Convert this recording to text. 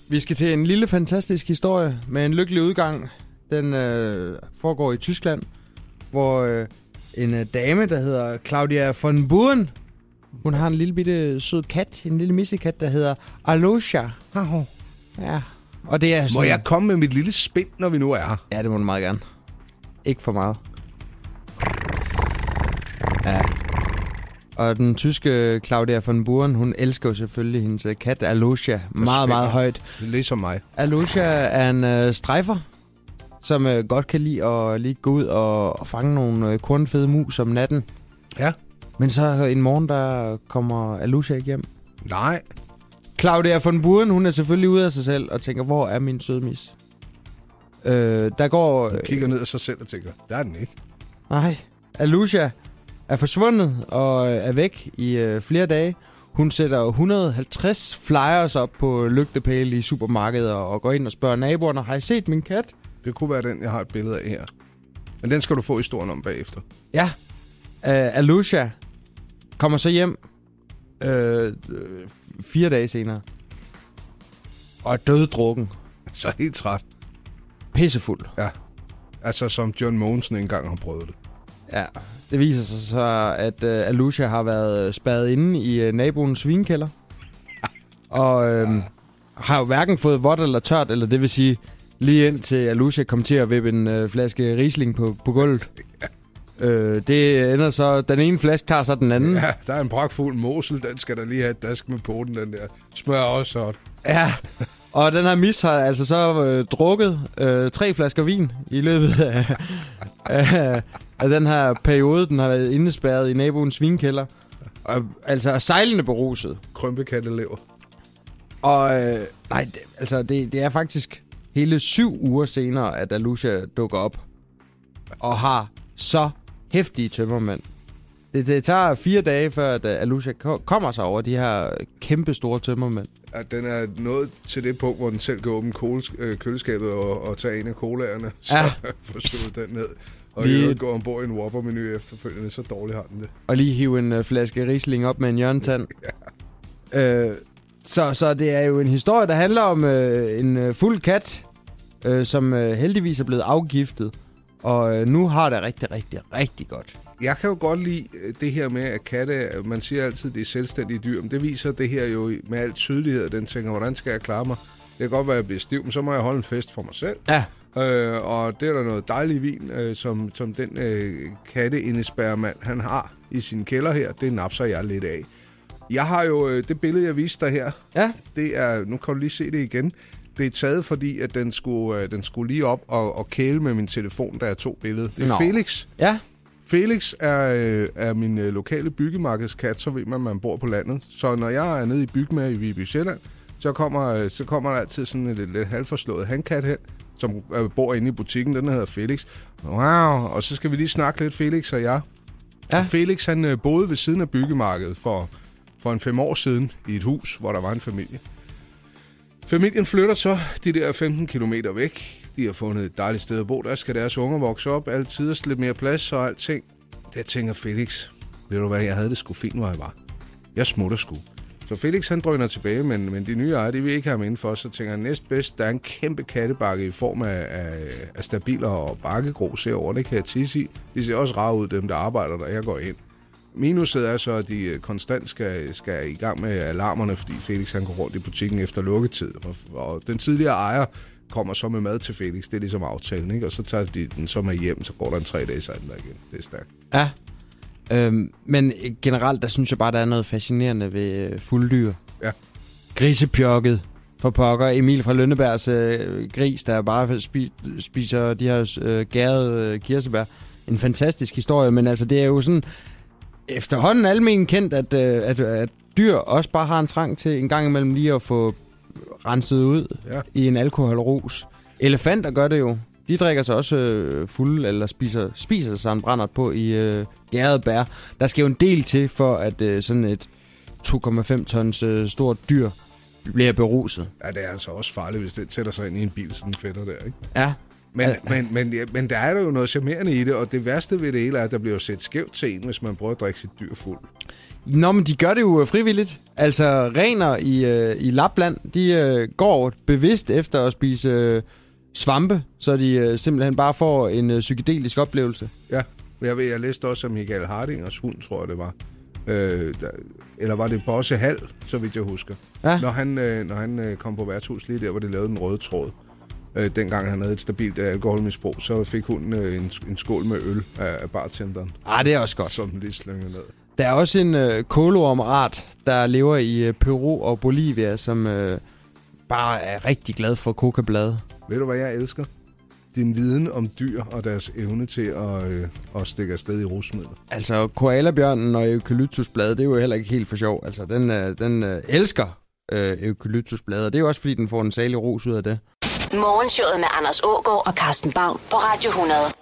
Vi skal til en lille fantastisk historie med en lykkelig udgang. Den foregår i Tyskland, hvor en dame, der hedder Claudia von Buren, hun har en lille bitte sød kat, en lille missekat, der hedder Aloysia. Ja, og det er sådan... Må jeg komme med mit lille spind, når vi nu er her? Ja, det må du meget gerne. Ikke for meget. Ja. Og den tyske Claudia von Buren, hun elsker jo selvfølgelig hendes kat Aloysia meget, meget højt. Ligesom mig. Aloysia er en strejfer, som godt kan lide at lige gå ud og fange nogle kornfede mus om natten. Ja. Men så en morgen, der kommer Aloysia ikke hjem. Nej. Claudia von Buren, hun er selvfølgelig ude af sig selv og tænker, hvor er min sødmis? Der går... Hun kigger ned af sig selv og tænker, der er den ikke. Nej. Aloysia er forsvundet og er væk i flere dage. Hun sætter 150 flyers op på lygtepæle i supermarkeder og går ind og spørger naboerne, har I set min kat? Det kunne være den, jeg har et billede af her. Men den skal du få historien om bagefter. Ja. Aloysia kommer så hjem 4 dage senere. Og er døddrukken. Så helt træt. Pissefuld. Ja. Altså som John Mogensen engang har prøvet det. Ja. Det viser sig så, at Aloysia har været spærret inde i naboens svinekælder. Og har jo hverken fået vådt eller tørt, eller det vil sige, lige indtil Aloysia kom til at vippe en flaske Riesling på gulvet. Det ender så, den ene flaske tager så den anden. Ja, der er en pragtfuld Mosel, den skal der lige have et dask med poten, den der. Smør også sådan. Ja, og den her mis har altså så drukket 3 flasker vin i løbet af den her periode. Den har været indespærret i naboens svinekælder. Og altså sejlende beruset. Krømpekattelever. Og det er faktisk hele 7 uger senere, at Aloysia dukker op. Og har så heftige tømmermænd. Det tager 4 dage, før at Aloysia kommer sig over de her kæmpe store tømmermænd. Ja, den er nået til det punkt, hvor den selv kan åbne køleskabet og tage en af colaerne. Så får slået den ned. Og lige går ombord i en Whopper-menu efterfølgende. Så dårligt har den det. Og lige hive en flaske Riesling op med en hjørnetand. Ja. Så det er jo en historie, der handler om en fuld kat, som heldigvis er blevet afgiftet. Og nu har det rigtig, rigtig, rigtig godt. Jeg kan jo godt lide det her med, at katte, man siger altid, at det er selvstændige dyr, men det viser det her jo med al tydelighed, den tænker, hvordan skal jeg klare mig? Det kan godt være, at jeg bliver stiv, men så må jeg holde en fest for mig selv. Ja. Og det er der noget dejlig vin, som den katteindespærremand, han har i sin kælder her, det napser jeg lidt af. Jeg har jo det billede, jeg viste dig her. Ja. Det er, nu kan du lige se det igen. Det er taget, fordi at den skulle lige op og kæle med min telefon, da jeg tog billedet. Det er Felix. Ja. Felix er min lokale byggemarkedskat, så ved man bor på landet. Så når jeg er nede i Bygma i Viby Sjælland, så kommer der altid sådan en lidt halvforslået handkat hen, som bor inde i butikken. Den hedder Felix. Wow. Og så skal vi lige snakke lidt, Felix og jeg. Ja. Felix, han boede ved siden af byggemarkedet for en 5 år siden i et hus, hvor der var en familie. Familien flytter så de der 15 kilometer væk. De har fundet et dejligt sted at bo. Der skal deres unger vokse op. Altid lidt mere plads og alting. Der tænker Felix, ved du hvad, jeg havde det sgu fint, hvor jeg var. Jeg smutter sgu. Så Felix, han drøner tilbage, men de nye ejere, de vil ikke have ham indenfor. Så tænker han, næstbedst, der er en kæmpe kattebakke i form af stabiler og bakkegrus herovre. Det kan jeg tisse i. De ser også rare ud, dem der arbejder der. Jeg går ind. Minuset er så, at de konstant skal i gang med alarmerne, fordi Felix han går rundt i butikken efter lukketid. Og den tidligere ejer kommer så med mad til Felix. Det er ligesom aftalen, ikke? Og så tager de den så med hjem, så går der en 3 dage siden der igen. Det er stærkt. Ja, men generelt, der synes jeg bare, der er noget fascinerende ved fulddyr. Ja. Grisepjokket for pokker. Emil fra Lønnebergs gris, der bare spiser de her gærede kirsebær. En fantastisk historie, men altså det er jo sådan efterhånden almen kendt, at dyr også bare har en trang til en gang imellem lige at få renset ud i en alkoholrus. Elefanter gør det jo. De drikker sig også fulde, eller spiser sig en brændert på i gærede bær. Der skal jo en del til, for at sådan et 2,5 tons stort dyr bliver beruset. Ja, det er altså også farligt, hvis det sætter sig ind i en bil, sådan fætter der, ikke? Ja. Men der er der jo noget charmerende i det, og det værste ved det hele er, at der bliver jo set skævt til en, hvis man prøver at drikke sit dyr fuld. Nå, men de gør det jo frivilligt. Altså, rener i Lapland, de går bevidst efter at spise svampe, så de simpelthen bare får en psykedelisk oplevelse. Ja, jeg læste også om Michael Hardingers hund, tror jeg det var. Eller var det Bosse Hal, så vidt jeg husker. Ja. Når han kom på værtshus lige der, hvor det lavede den røde tråd. Dengang han havde et stabilt alkoholmisbrug, så fik hun en skål med øl af bartenderen. Det er også godt. Som den lige slyngede ned. Der er også en kålormart, der lever i Peru og Bolivia, som bare er rigtig glad for kokablade. Ved du, hvad jeg elsker? Din viden om dyr og deres evne til at stikke afsted i rusmidler. Altså, koalabjørnen og eukalyptusblade, det er jo heller ikke helt for sjov. Altså, den elsker eukalyptusblade, og det er jo også, fordi den får en særlig ros ud af det. Morgenshowet med Anders Aagaard og Carsten Baum på Radio 100.